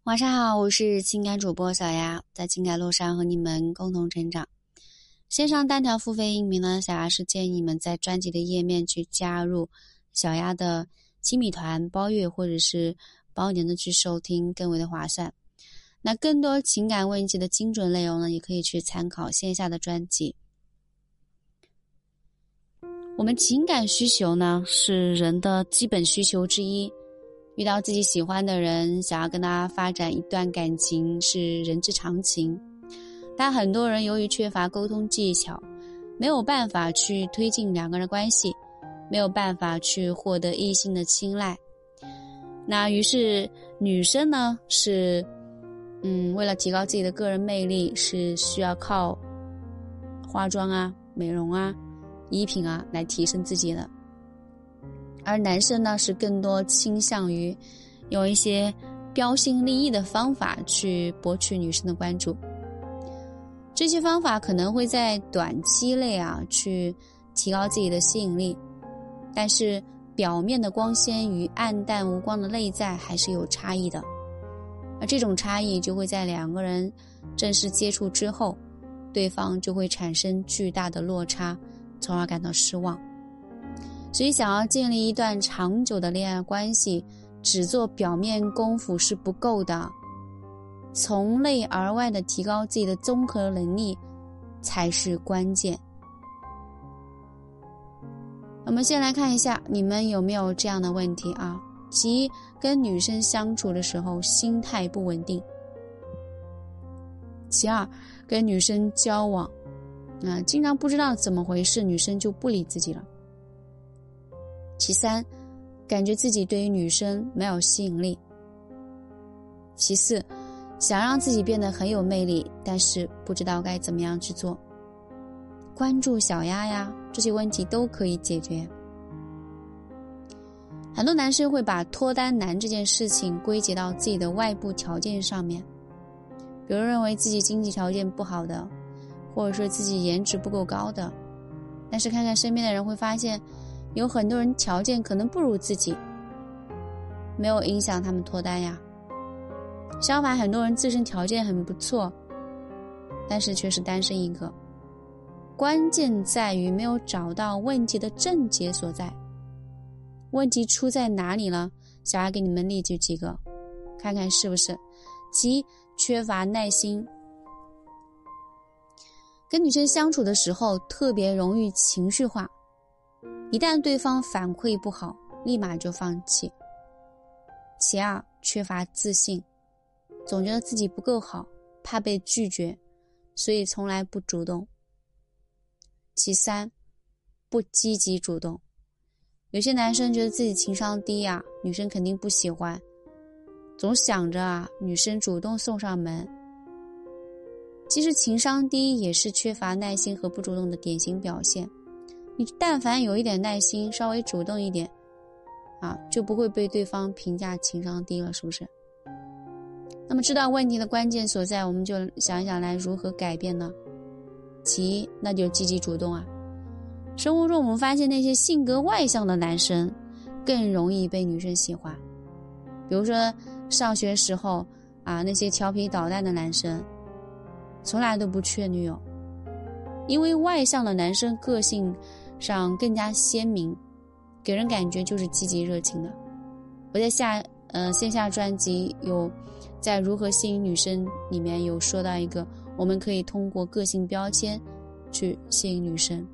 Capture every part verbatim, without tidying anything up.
晚上好，我是情感主播小丫，在情感路上和你们共同成长。线上单条付费音频呢，小丫是建议你们在专辑的页面去加入小丫的亲密团包月或者是包年的去收听，更为的划算。那更多情感问题的精准内容呢，也可以去参考线下的专辑。我们情感需求呢，是人的基本需求之一。遇到自己喜欢的人，想要跟他发展一段感情是人之常情，但很多人由于缺乏沟通技巧，没有办法去推进两个人关系，没有办法去获得异性的青睐。那于是女生呢是嗯，为了提高自己的个人魅力，是需要靠化妆啊、美容啊、衣品啊来提升自己的。而男生呢是更多倾向于用一些标新立异的方法去博取女生的关注。这些方法可能会在短期内啊去提高自己的吸引力，但是表面的光鲜与暗淡无光的内在还是有差异的。而这种差异就会在两个人正式接触之后，对方就会产生巨大的落差，从而感到失望。所以想要建立一段长久的恋爱关系，只做表面功夫是不够的，从内而外的提高自己的综合能力才是关键。我们先来看一下你们有没有这样的问题啊，即跟女生相处的时候心态不稳定。其二，跟女生交往啊，经常不知道怎么回事，女生就不理自己了。其三，感觉自己对于女生没有吸引力。其四，想让自己变得很有魅力，但是不知道该怎么样去做。关注小丫呀，这些问题都可以解决。很多男生会把脱单难这件事情归结到自己的外部条件上面，比如认为自己经济条件不好的，或者说自己颜值不够高的。但是看看身边的人会发现，有很多人条件可能不如自己，没有影响他们脱单呀。相反，很多人自身条件很不错，但是却是单身一个。关键在于没有找到问题的症结所在。问题出在哪里呢？小丫给你们列举几个，看看是不是。即缺乏耐心。跟女生相处的时候特别容易情绪化，一旦对方反馈不好，立马就放弃。其二，缺乏自信，总觉得自己不够好，怕被拒绝，所以从来不主动。其三，不积极主动。有些男生觉得自己情商低啊，女生肯定不喜欢，总想着啊，女生主动送上门。其实情商低也是缺乏耐心和不主动的典型表现。你但凡有一点耐心，稍微主动一点啊，就不会被对方评价情商低了，是不是？那么知道问题的关键所在，我们就想一想来如何改变呢？其一，那就积极主动啊。生活中我们发现那些性格外向的男生更容易被女生喜欢。比如说上学时候啊，那些调皮捣蛋的男生从来都不缺女友，因为外向的男生个性上更加鲜明，给人感觉就是积极热情的。我在下呃线下专辑有在如何吸引女生里面有说到一个，我们可以通过个性标签去吸引女生。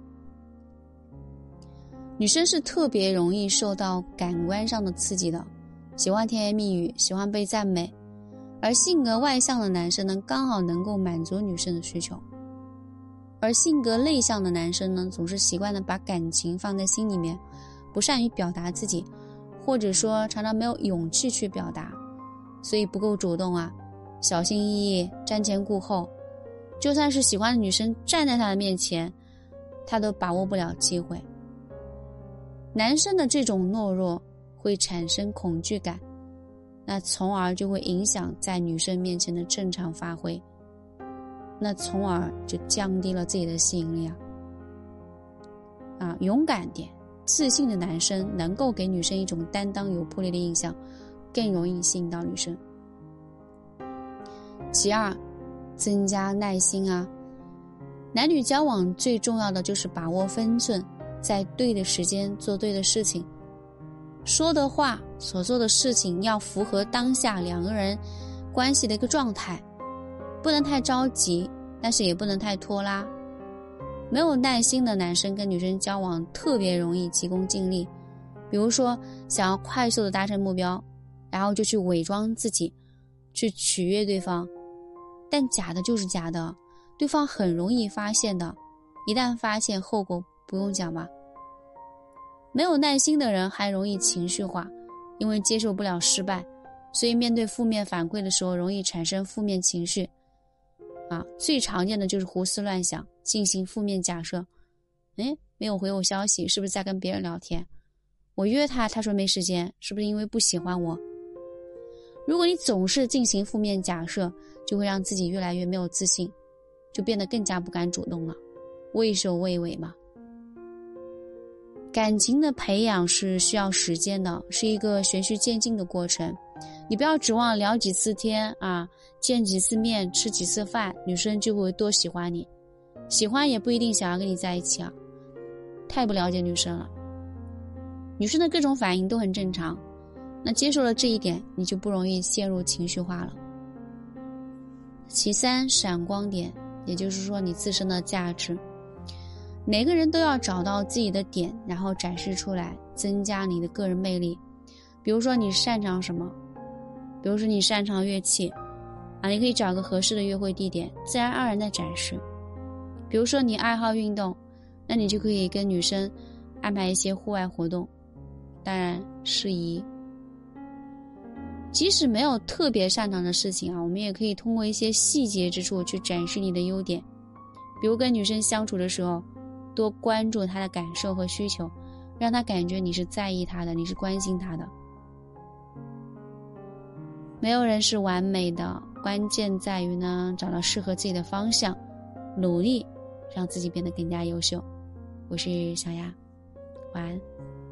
女生是特别容易受到感官上的刺激的，喜欢甜言蜜语，喜欢被赞美，而性格外向的男生呢，刚好能够满足女生的需求。而性格内向的男生呢，总是习惯的把感情放在心里面，不善于表达自己，或者说常常没有勇气去表达，所以不够主动啊，小心翼翼，瞻前顾后，就算是喜欢的女生站在他的面前，他都把握不了机会。男生的这种懦弱会产生恐惧感，那从而就会影响在女生面前的正常发挥，那从而就降低了自己的吸引力啊！啊，勇敢点，自信的男生能够给女生一种担当有魄力的印象，更容易吸引到女生。 其二，增加耐心啊。男女交往最重要的就是把握分寸，在对的时间做对的事情，说的话所做的事情要符合当下两个人关系的一个状态，不能太着急，但是也不能太拖拉。没有耐心的男生跟女生交往特别容易急功近利，比如说想要快速的达成目标，然后就去伪装自己，去取悦对方，但假的就是假的，对方很容易发现的，一旦发现后果不用讲吧。没有耐心的人还容易情绪化，因为接受不了失败，所以面对负面反馈的时候容易产生负面情绪啊，最常见的就是胡思乱想，进行负面假设。诶，没有回我消息，是不是在跟别人聊天？我约他，他说没时间，是不是因为不喜欢我？如果你总是进行负面假设，就会让自己越来越没有自信，就变得更加不敢主动了，畏首畏尾嘛。感情的培养是需要时间的，是一个循序渐进的过程。你不要指望聊几次天啊，见几次面，吃几次饭，女生就会多喜欢你。喜欢也不一定想要跟你在一起啊，太不了解女生了。女生的各种反应都很正常，那接受了这一点，你就不容易陷入情绪化了。其三，闪光点，也就是说你自身的价值。每个人都要找到自己的点，然后展示出来，增加你的个人魅力。比如说你擅长什么，比如说你擅长乐器啊，你可以找个合适的约会地点，自然而然的展示。比如说你爱好运动，那你就可以跟女生安排一些户外活动，当然适宜。即使没有特别擅长的事情啊，我们也可以通过一些细节之处去展示你的优点。比如跟女生相处的时候，多关注她的感受和需求，让她感觉你是在意她的，你是关心她的。没有人是完美的，关键在于呢，找到适合自己的方向，努力让自己变得更加优秀。我是小丫，晚安。